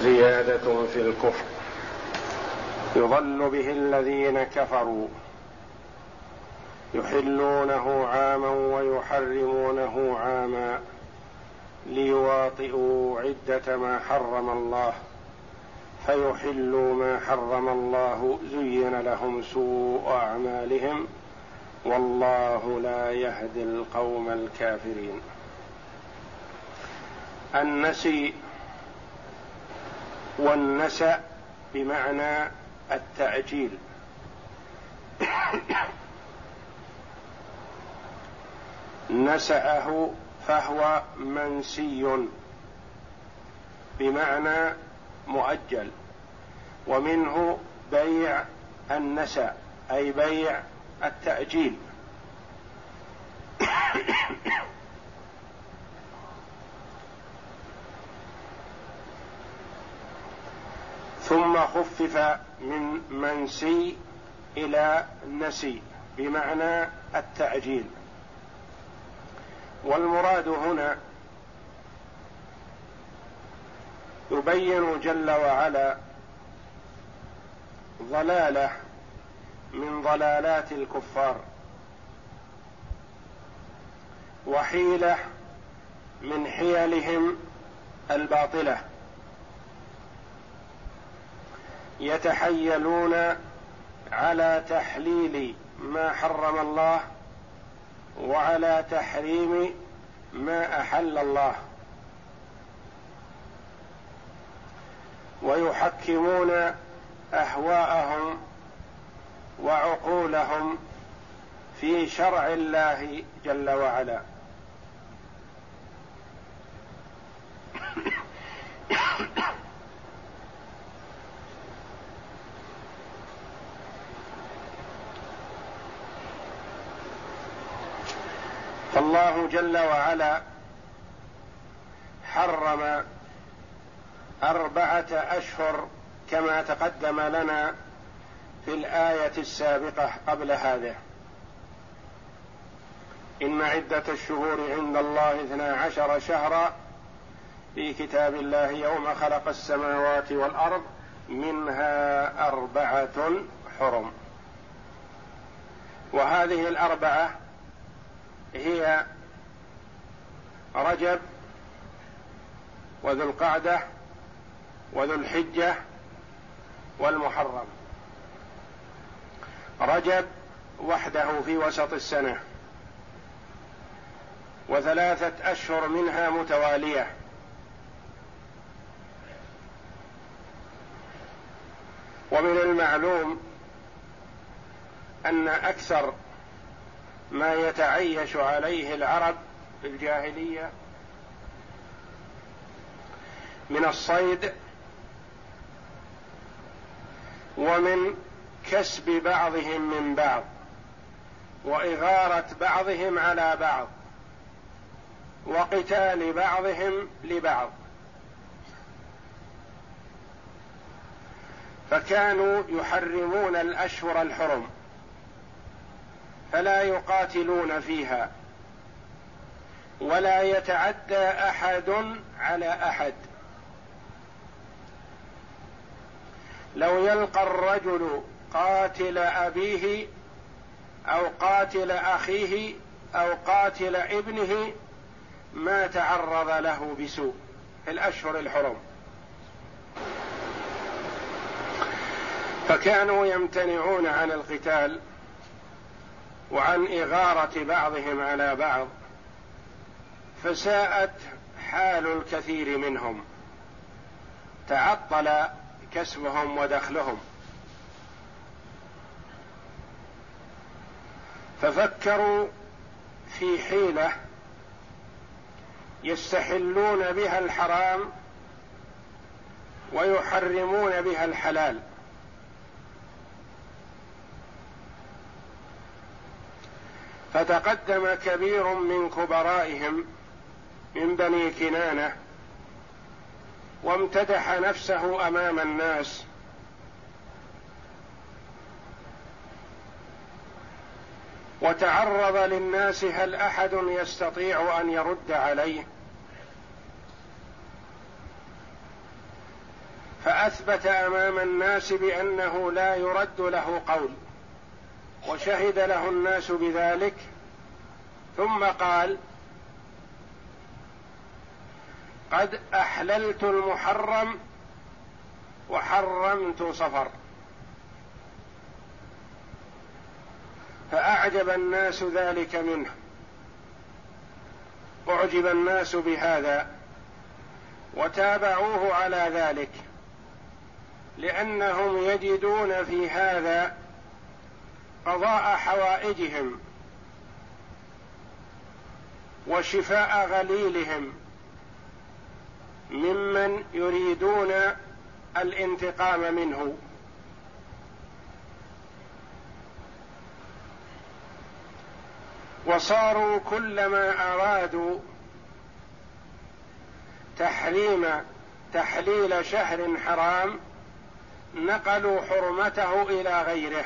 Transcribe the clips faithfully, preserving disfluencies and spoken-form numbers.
وزيادة في الكفر. يضل به الذين كفروا يحلونه عاما ويحرمونه عاما ليواطئوا عدة ما حرم الله فيحلوا ما حرم الله زين لهم سوء أعمالهم والله لا يهدي القوم الكافرين. النسي والنسأ بمعنى التعجيل. نسأه فهو منسي بمعنى مؤجل، ومنه بيع النسأ أي بيع التأجيل. ثم خفف من منسي إلى نسي بمعنى التعجيل. والمراد هنا يبين جل وعلا ضلالة من ضلالات الكفار وحيلة من حيلهم الباطلة، يتحيلون على تحليل ما حرم الله وعلى تحريم ما أحل الله، ويحكمون أهواءهم وعقولهم في شرع الله جل وعلا. فالله جل وعلا حرم أربعة أشهر كما تقدم لنا في الآية السابقة قبل هذه: إن عدة الشهور عند الله اثنا عشر شهرا في كتاب الله يوم خلق السماوات والأرض منها أربعة حرم. وهذه الأربعة هي رجب وذو القعدة وذو الحجة والمحرم. رجب وحده في وسط السنة، وثلاثة أشهر منها متوالية، ومن المعلوم أن أكثر ما يتعيش عليه العرب في الجاهلية من الصيد ومن كسب بعضهم من بعض وإغارة بعضهم على بعض وقتال بعضهم لبعض، فكانوا يحرمون الأشهر الحرم فلا يقاتلون فيها ولا يتعدى أحد على أحد. لو يلقى الرجل قاتل أبيه أو قاتل أخيه أو قاتل ابنه ما تعرض له بسوء في الأشهر الحرم، فكانوا يمتنعون عن القتال وعن إغارة بعضهم على بعض، فساءت حال الكثير منهم، تعطل كسبهم ودخلهم، ففكروا في حيلة يستحلون بها الحرام ويحرمون بها الحلال. فتقدم كبير من كبرائهم من بني كنانة وامتدح نفسه أمام الناس وتعرض للناس هل أحد يستطيع أن يرد عليه؟ فأثبت أمام الناس بأنه لا يرد له قول، وشهد له الناس بذلك، ثم قال: قد أحللت المحرم وحرمت صفر. فأعجب الناس ذلك منه، أعجب الناس بهذا وتابعوه على ذلك، لأنهم يجدون في هذا قضاء حوائجهم وشفاء غليلهم ممن يريدون الانتقام منه. وصاروا كلما أرادوا تحريم تحليل شهر حرام نقلوا حرمته إلى غيره.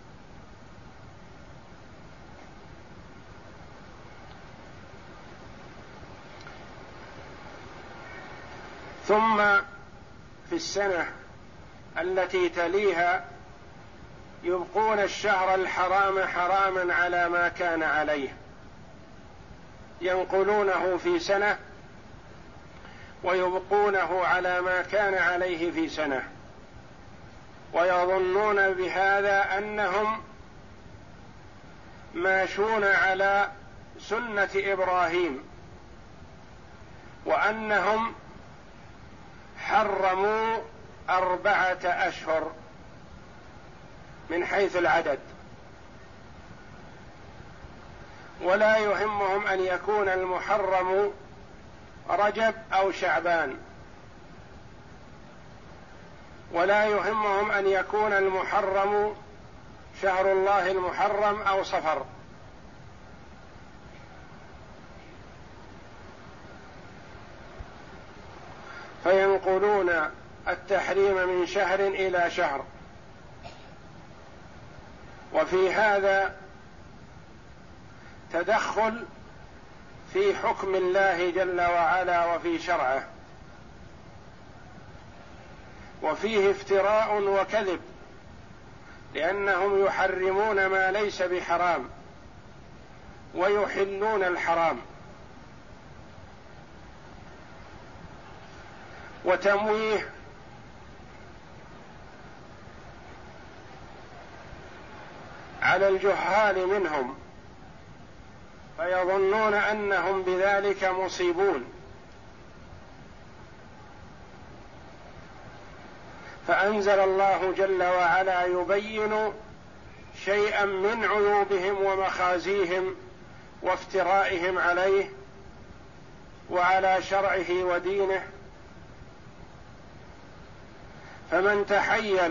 ثم في السنة التي تليها يبقون الشهر الحرام حراما على ما كان عليه، ينقلونه في سنة ويبقونه على ما كان عليه في سنة، ويظنون بهذا أنهم ماشون على سنة إبراهيم، وأنهم حرموا أربعة أشهر من حيث العدد، ولا يهمهم أن يكون المحرم رجب أو شعبان، ولا يهمهم أن يكون المحرم شهر الله المحرم أو صفر. فينقلون التحريم من شهر إلى شهر، وفي هذا تدخل في حكم الله جل وعلا وفي شرعه، وفيه افتراء وكذب، لأنهم يحرمون ما ليس بحرام ويحلون الحرام، وتمويه على الجهال منهم، فيظنون أنهم بذلك مصيبون. فأنزل الله جل وعلا يبين شيئا من عيوبهم ومخازيهم وافترائهم عليه وعلى شرعه ودينه. فمن تحيل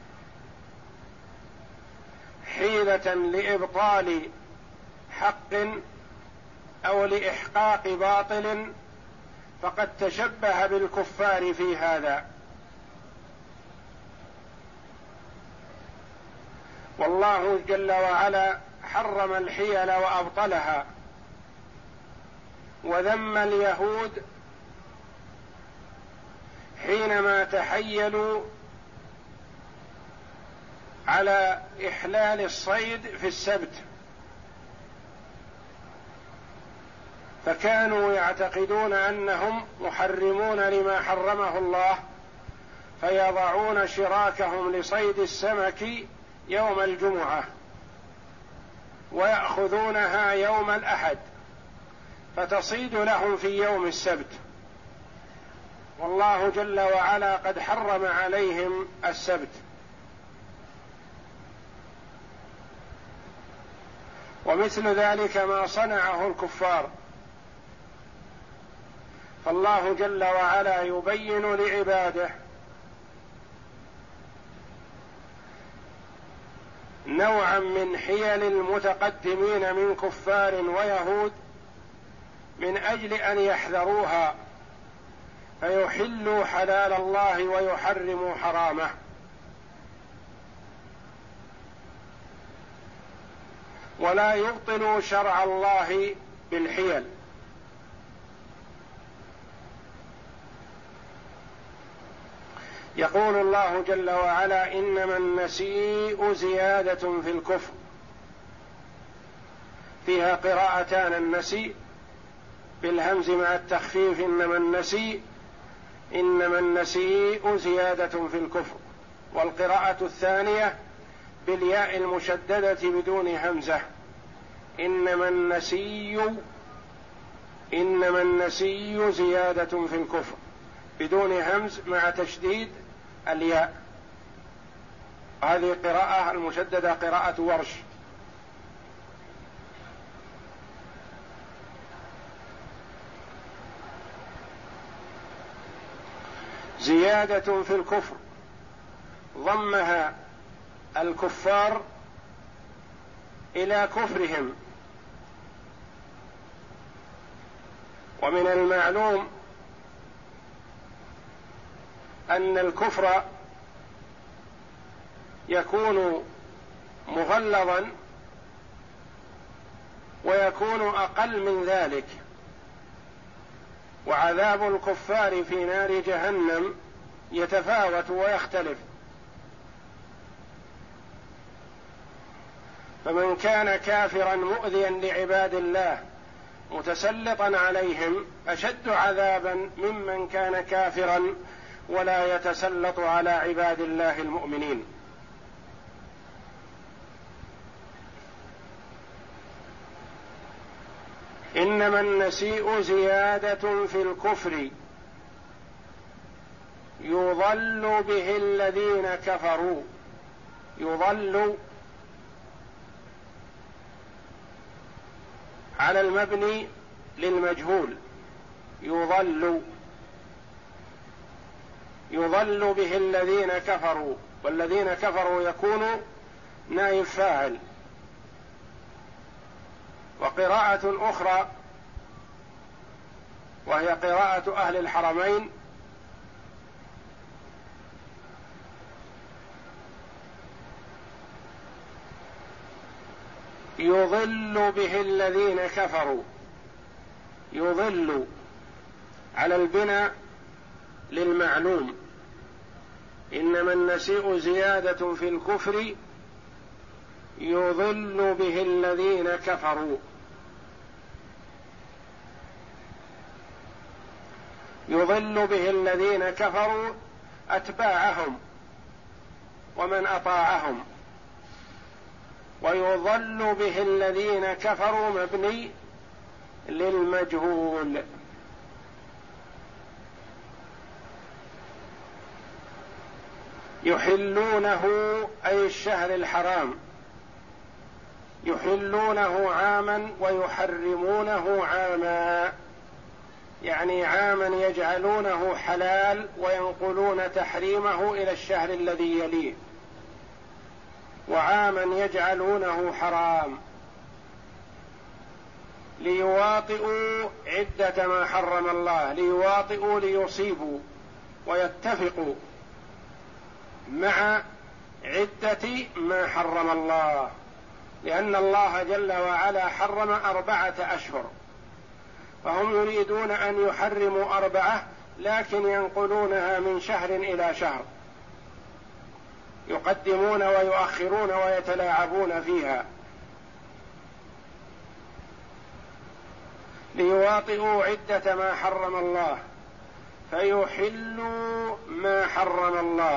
حيلة لإبطال حق أو لإحقاق باطل فقد تشبه بالكفار في هذا، والله جل وعلا حرم الحيل وأبطلها، وذم اليهود حينما تحيلوا على إحلال الصيد في السبت، فكانوا يعتقدون أنهم محرمون لما حرمه الله، فيضعون شراكهم لصيد السمك يوم الجمعة ويأخذونها يوم الأحد، فتصيد لهم في يوم السبت، والله جل وعلا قد حرم عليهم السبت. ومثل ذلك ما صنعه الكفار، فالله جل وعلا يبين لعباده نوعا من حيل المتقدمين من كفار ويهود من أجل أن يحذروها، فيحلوا حلال الله ويحرموا حرامه. ولا يبطلوا شرع الله بالحيل، يقول الله جل وعلا: إنما النسيء زيادة في الكفر. فيها قراءتان: النسيء بالهمز مع التخفيف إنما النسيء، إنما النسيء زيادة في الكفر. والقراءة الثانية بالياء المشددة بدون همزة: إنما النسي، إنما النسي زيادة في الكفر، بدون همز مع تشديد الياء. هذه قراءة المشددة قراءة ورش. زيادة في الكفر ضمها الكفار إلى كفرهم. ومن المعلوم أن الكفر يكون مغلظا ويكون أقل من ذلك، وعذاب الكفار في نار جهنم يتفاوت ويختلف. فمن كان كافرا مؤذيا لعباد الله متسلطا عليهم أشد عذابا ممن كان كافرا ولا يتسلط على عباد الله المؤمنين. إنما النسيء زيادة في الكفر يضل به الذين كفروا. يضل على المبني للمجهول، يضل يضل به الذين كفروا، والذين كفروا يكون نائب فاعل. وقراءة أخرى وهي قراءة أهل الحرمين: يضل به الذين كفروا. يضل على البناء للمعلوم: إنما النسيء زيادة في الكفر يضل به الذين كفروا. يضل به الذين كفروا أتباعهم ومن أطاعهم، ويضل به الذين كفروا مبني للمجهول. يحلونه أي الشهر الحرام، يحلونه عاما ويحرمونه عاما، يعني عاما يجعلونه حلال وينقلون تحريمه إلى الشهر الذي يليه، وعاما يجعلونه حرام، ليواطئوا عدة ما حرم الله، ليواطئوا ليصيبوا ويتفقوا مع عدة ما حرم الله، لأن الله جل وعلا حرم أربعة أشهر، فهم يريدون أن يحرموا أربعة لكن ينقلونها من شهر إلى شهر، يقدمون ويؤخرون ويتلاعبون فيها. ليواطئوا عدة ما حرم الله فيحلوا ما حرم الله.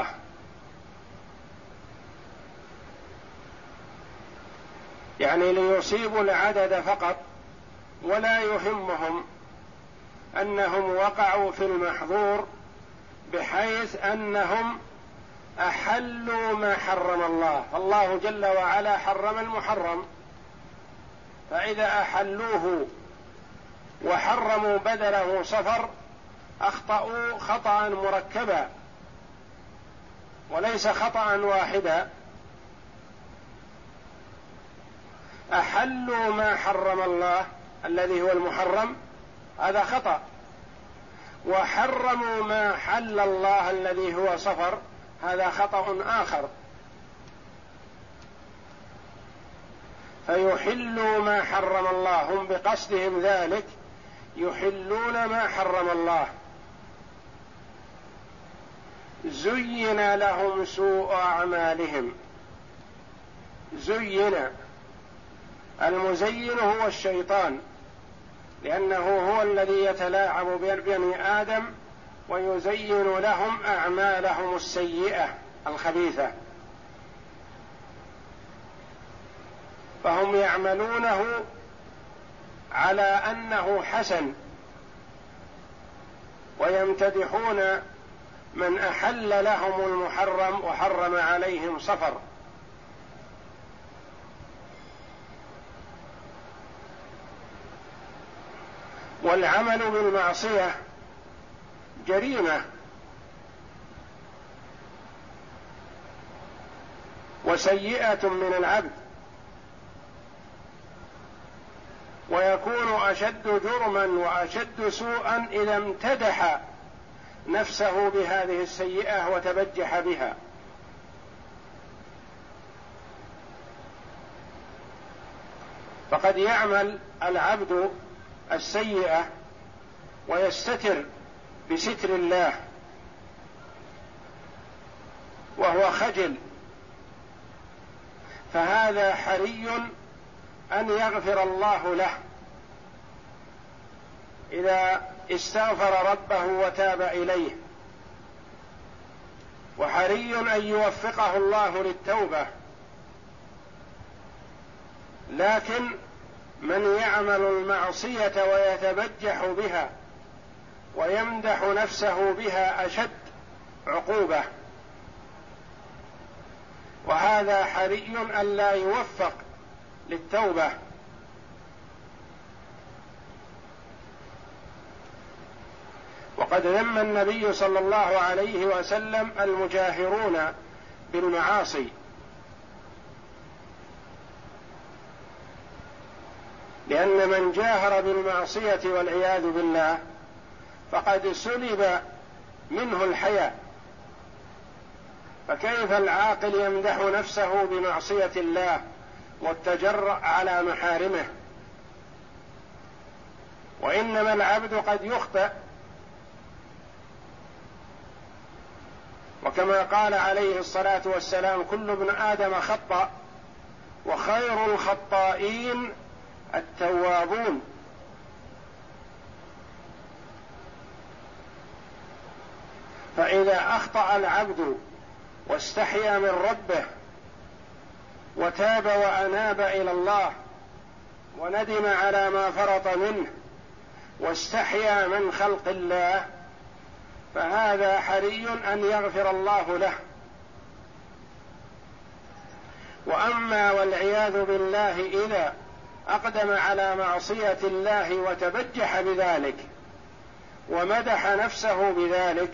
يعني ليصيبوا العدد فقط، ولا يهمهم أنهم وقعوا في المحظور بحيث أنهم أحلوا ما حرم الله. فالله جل وعلا حرم المحرم، فإذا أحلوه وحرموا بدله صفر أخطأوا خطأ مركبا وليس خطأ واحدا. أحلوا ما حرم الله الذي هو المحرم، هذا خطأ، وحرموا ما حل الله الذي هو صفر، هذا خطأ آخر. فيحلوا ما حرم الله، هم بقصدهم ذلك يحلون ما حرم الله، زين لهم سوء أعمالهم. زين، المزين هو الشيطان، لأنه هو الذي يتلاعب ببني آدم ويزين لهم أعمالهم السيئة الخبيثة، فهم يعملونه على أنه حسن، ويمتدحون من أحل لهم المحرم وحرم عليهم صفر. والعمل بالمعصية جريمة وسيئة من العبد، ويكون أشد جرما وأشد سوءا إذا امتدح نفسه بهذه السيئة وتبجح بها. فقد يعمل العبد السيئة ويستتر بستر الله وهو خجل، فهذا حري أن يغفر الله له إذا استغفر ربه وتاب إليه، وحري أن يوفقه الله للتوبة. لكن من يعمل المعصية ويتبجح بها ويمدح نفسه بها أشد عقوبة، وهذا حري أن لا يوفق للتوبة. وقد ذم النبي صلى الله عليه وسلم المجاهرون بالمعاصي، لأن من جاهر بالمعصية والعياذ بالله فقد سلب منه الحياء، فكيف العاقل يمدح نفسه بمعصية الله والتجرأ على محارمه؟ وإنما العبد قد يخطئ، وكما قال عليه الصلاة والسلام: كل ابن آدم خطأ وخير الخطائين التوابون. فإذا أخطأ العبد واستحيا من ربه وتاب وأناب إلى الله وندم على ما فرط منه واستحيا من خلق الله، فهذا حري أن يغفر الله له. وأما والعياذ بالله إذا أقدم على معصية الله وتبجح بذلك ومدح نفسه بذلك،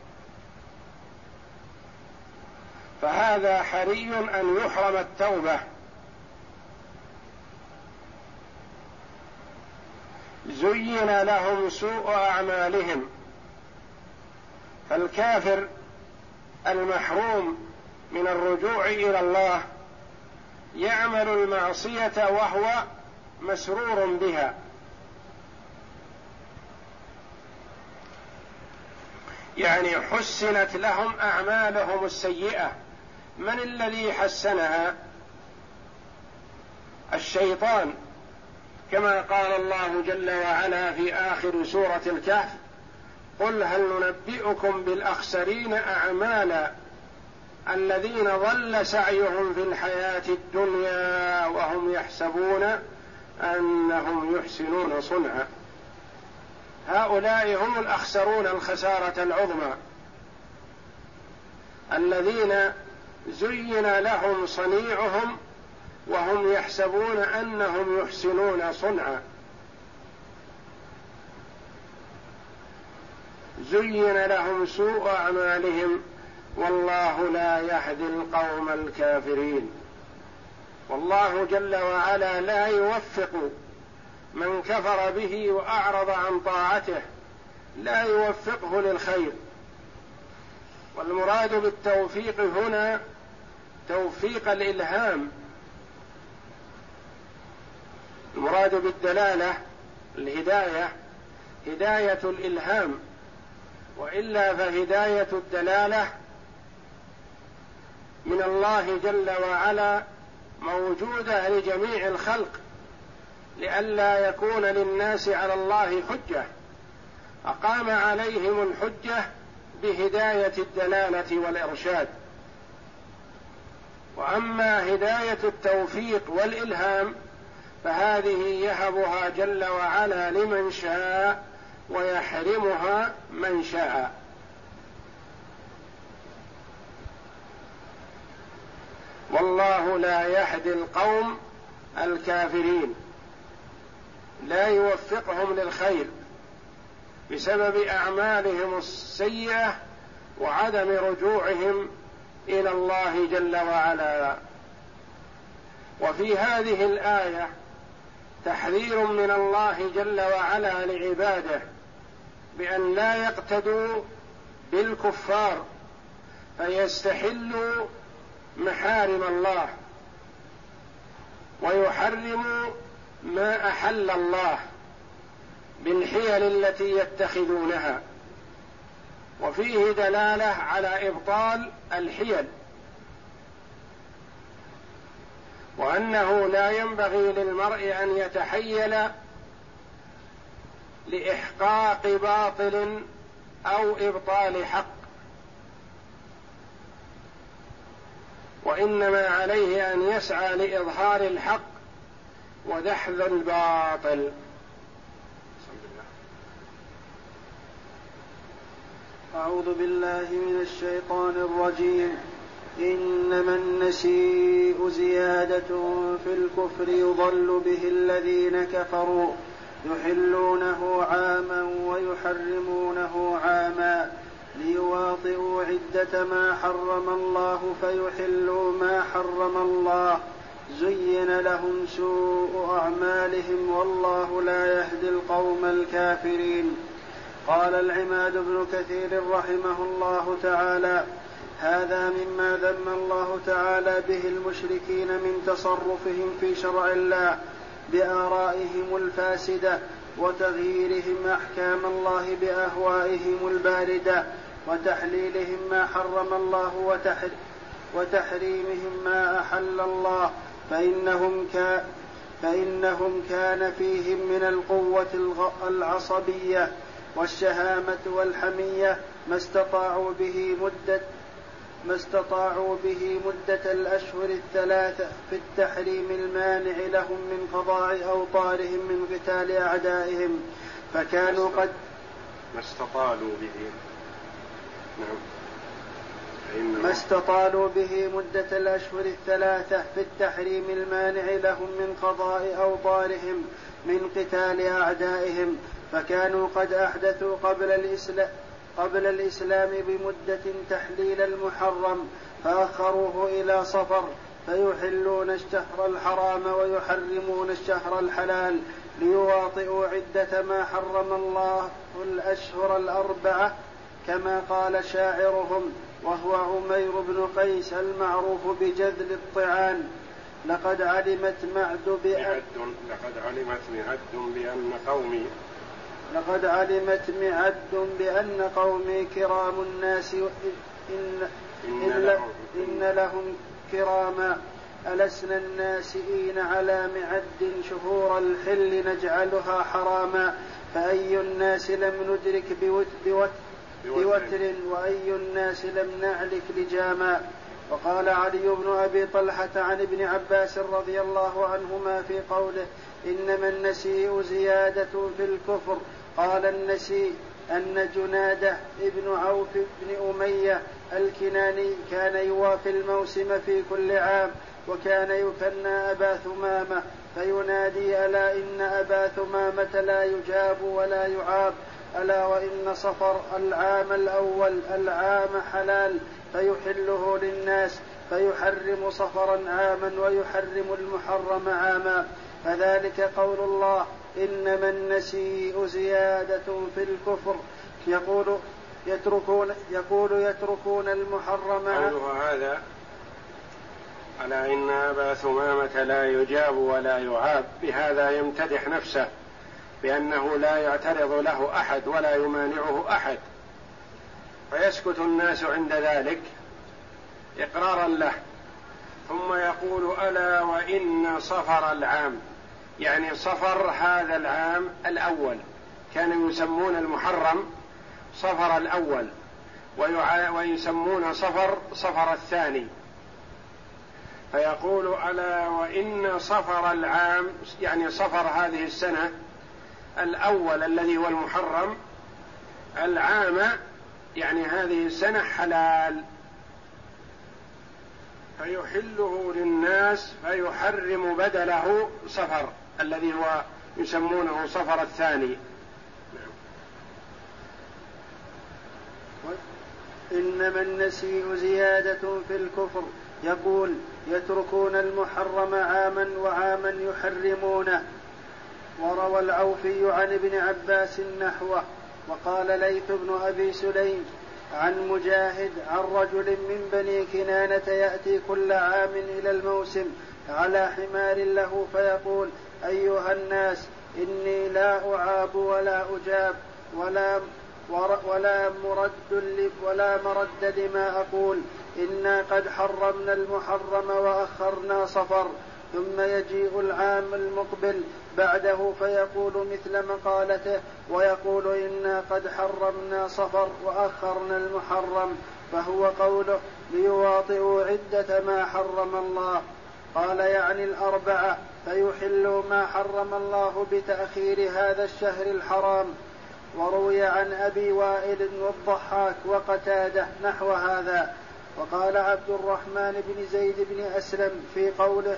فهذا حري أن يحرم التوبة. زين لهم سوء أعمالهم، فالكافر المحروم من الرجوع إلى الله يعمل المعصية وهو مسرور بها، يعني حسنت لهم أعمالهم السيئة. من الذي حسنها؟ الشيطان، كما قال الله جل وعلا في آخر سورة الكهف: قل هل ننبئكم بالأخسرين أعمالا الذين ضل سعيهم في الحياة الدنيا وهم يحسبون أنهم يحسنون صنعا. هؤلاء هم الأخسرون الخسارة العظمى، الذين زين لهم صنيعهم وهم يحسبون أنهم يحسنون صنعا. زين لهم سوء أعمالهم والله لا يهدي القوم الكافرين. والله جل وعلا لا يوفق من كفر به وأعرض عن طاعته، لا يوفقه للخير. والمراد بالتوفيق هنا توفيق الإلهام، المراد بالدلالة الهداية، هداية الإلهام، وإلا فهداية الدلالة من الله جل وعلا موجودة لجميع الخلق، لئلا يكون للناس على الله حجة، أقام عليهم الحجة بهداية الدلالة والإرشاد. وأما هداية التوفيق والإلهام فهذه يهبها جل وعلا لمن شاء ويحرمها من شاء. والله لا يهدي القوم الكافرين، لا يوفقهم للخير بسبب أعمالهم السيئة وعدم رجوعهم إلى الله جل وعلا. وفي هذه الآية تحذير من الله جل وعلا لعباده بأن لا يقتدوا بالكفار فيستحلوا محارم الله ويحرموا ما أحل الله بالحيل التي يتخذونها. وفيه دلالة على إبطال الحيل، وأنه لا ينبغي للمرء أن يتحيل لإحقاق باطل أو إبطال حق، وإنما عليه أن يسعى لإظهار الحق ودحض الباطل. أعوذ بالله من الشيطان الرجيم. إنما النسيء زيادة في الكفر يضل به الذين كفروا يحلونه عاما ويحرمونه عاما ليواطئوا عدة ما حرم الله فيحلوا ما حرم الله زين لهم سوء أعمالهم والله لا يهدي القوم الكافرين. قال العماد بن كثير رحمه الله تعالى: هذا مما ذم الله تعالى به المشركين من تصرفهم في شرع الله بآرائهم الفاسدة وتغييرهم أحكام الله بأهوائهم الباردة وتحليلهم ما حرم الله وتحر وتحريمهم ما أحل الله، فإنهم, كا فإنهم كان فيهم من القوة العصبية والشهامة والحمية ما استطاعوا به مدة ما استطاعوا به مدة الأشهر الثلاثة في التحريم المانع لهم من قضاء أوطارهم من قتال أعدائهم، فكانوا قد ما استطالوا به نعم ما استطالوا به مدة الأشهر الثلاثة في التحريم المانع لهم من قضاء أوطارهم من قتال أعدائهم، فكانوا قد أحدثوا قبل الإسلام قبل الإسلام بمدة تحليل المحرم فأخروه إلى صفر فيحلون الشهر الحرام ويحرمون الشهر الحلال ليواطئوا عدة ما حرم الله الأشهر الأربعة كما قال شاعرهم وهو عمير بن قيس المعروف بجذل الطعان: لقد علمت معد بأن لقد علمت معد بأن قومي لقد علمت معد بأن قومي كرام الناس إن, إن, لهم, إن لهم كراما ألسنا الناسئين على معد شهور الحل نجعلها حراما، فأي الناس لم ندرك بوت بوت بوتر وأي الناس لم نعلك لجاما. وقال علي بن أبي طلحة عن ابن عباس رضي الله عنهما في قوله: إنما النسيء زيادة في الكفر، قال النسيء أن جناده ابن عوف بن أمية الكناني كان يوافي الموسم في كل عام، وكان يكنى أبا ثمامة فينادي: ألا إن أبا ثمامة لا يجاب ولا يعاب، ألا وإن صفر العام الأول العام حلال فيحله للناس، فيحرم صفرا عاما ويحرم المحرم عاما. فذلك قول الله: إنما النسيء زيادة في الكفر، يقول يتركون, يقول يتركون المحرم. قوله هذا ألا إن أبا ثمامة لا يجاب ولا يعاب، بهذا يمتدح نفسه بأنه لا يعترض له أحد ولا يمانعه أحد، فيسكت الناس عند ذلك إقرارا له، ثم يقول ألا وإن صفر العام، يعني صفر هذا العام الأول، كانوا يسمون المحرم صفر الأول ويسمون صفر صفر الثاني، فيقول ألا وإن صفر العام، يعني صفر هذه السنة الأول الذي هو المحرم، العام يعني هذه السنة حلال، فيحله للناس فيحرم بدله صفر الذي هو يسمونه صفر الثاني. إنما النسيء زيادة في الكفر، يقول يتركون المحرم عاما وعاما يحرمونه. وروى العوفي عن ابن عباس نحوه. وقال ليث بن أبي سليم عن مجاهد عن رجل من بني كنانة يأتي كل عام إلى الموسم على حمار له فيقول أيها الناس إني لا أعاب ولا أجاب ولا ولا مرد ولا مرد لما أقول، إنا قد حرمنا المحرم وأخرنا صفر. ثم يجيء العام المقبل بعده فيقول مثل مقالته ويقول إنا قد حرمنا صفر وأخرنا المحرم، فهو قوله ليواطئوا عدة ما حرم الله. قال يعني الأربعة، فيحلوا ما حرم الله بتأخير هذا الشهر الحرام. وروي عن أبي وائل والضحاك وقتادة نحو هذا. وقال عبد الرحمن بن زيد بن أسلم في قوله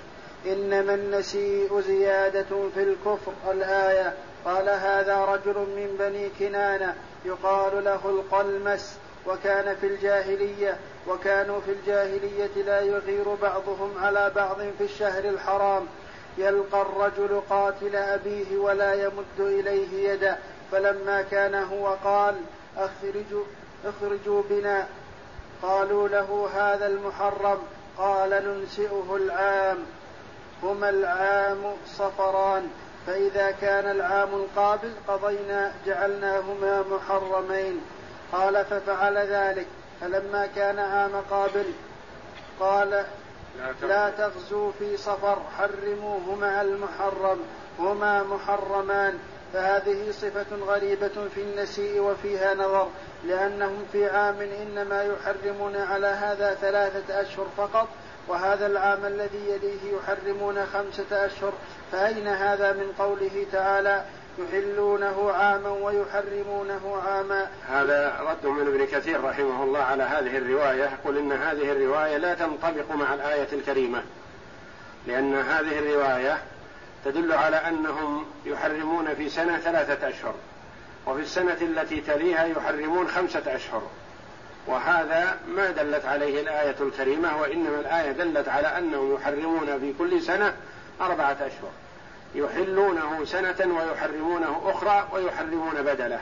إنما النسيء زيادة في الكفر الآية، قال هذا رجل من بني كنانة يقال له القلمس، وكان في الجاهلية وكانوا في الجاهلية لا يغير بعضهم على بعض في الشهر الحرام، يلقى الرجل قاتل أبيه ولا يمد إليه يده، فلما كان هو قال أخرجوا, اخرجوا بنا، قالوا له هذا المحرم، قال ننسئه العام، هما العام صفران، فإذا كان العام القابل قضينا جعلناهما محرمين. قال ففعل ذلك، فلما كان عام قابل قال لا تغزوا في صفر حرموه مع المحرم، هما محرمان. فهذه صفة غريبة في النسيء وفيها نظر، لأنهم في عام إنما يحرمون على هذا ثلاثة أشهر فقط، وهذا العام الذي يليه يحرمون خمسة أشهر، فأين هذا من قوله تعالى يحلونه عاما ويحرمونه عاما؟ هذا رد من ابن كثير رحمه الله على هذه الرواية، يقول إن هذه الرواية لا تنطبق مع الآية الكريمة، لأن هذه الرواية تدل على أنهم يحرمون في سنة ثلاثة أشهر، وفي السنة التي تليها يحرمون خمسة أشهر، وهذا ما دلت عليه الآية الكريمة، وإنما الآية دلت على أنهم يحرمون في كل سنة أربعة أشهر، يحلونه سنة ويحرمونه أخرى ويحرمون بدله.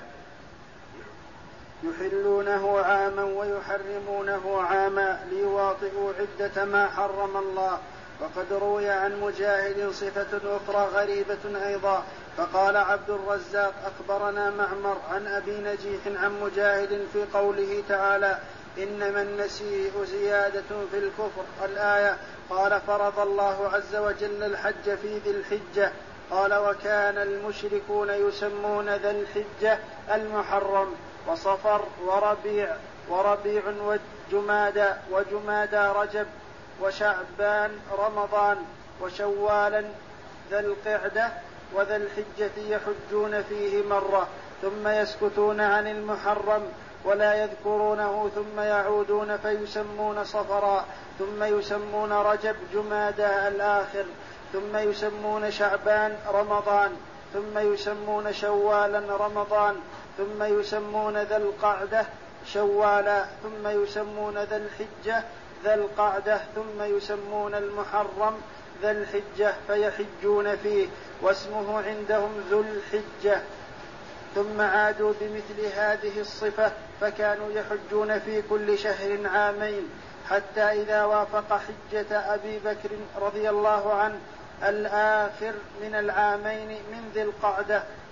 يحلونه عاما ويحرمونه عاما ليواطئوا عدة ما حرم الله. وقد روي عن مجاهد صفة أخرى غريبة أيضا، فقال عبد الرزاق أخبرنا معمر عن أبي نجيح عن مجاهد في قوله تعالى إنما النسيء زيادة في الكفر الآية، قال فرض الله عز وجل الحج في ذي الحجة، قال وكان المشركون يسمون ذا الحجة المحرم، وصفر وربيع وربيع وجمادى وجمادى رجب وشعبان رمضان وشوالا ذا القعدة وذا الحجة يحجون فيه مرة ثم يسكتون عن المحرم ولا يذكرونه ثم يعودون فيسمون صفرا ثم يسمون رجب جمادى الآخر ثم يسمون شعبان رمضان ثم يسمون شوالا رمضان ثم يسمون ذا القعدة شوالا ثم يسمون ذا الحجة ذا القعدة ثم يسمون المحرم ذا الحجة فيحجون فيه واسمه عندهم ذو الحجة. ثم عادوا بمثل هذه الصفة فكانوا يحجون في كل شهر عامين، حتى إذا وافق حجة أبي بكر رضي الله عنه الآخر من العامين من ذي القعدة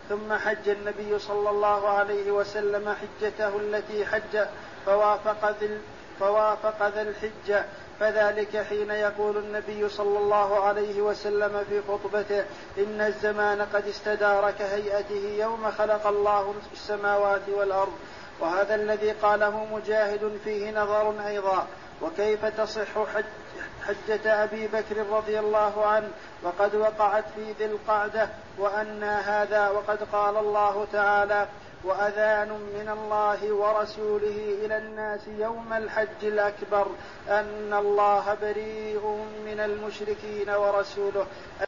ثم حج النبي صلى الله عليه وسلم حجته التي حج فوافق ذي فوافق ذا الحجة، فذلك حين يقول النبي صلى الله عليه وسلم في خطبته: إن الزمان قد استدار كهيئته يوم خلق الله السماوات والأرض. وهذا الذي قاله مجاهد فيه نظر أيضا. وكيف تصح حج حجة أبي بكر رضي الله عنه وقد وقعت في ذي القعدة وأن هذا، وقد قال الله تعالى: وأذان من الله ورسوله إلى الناس يوم الحج الأكبر أن الله بريء من المشركين ورسوله.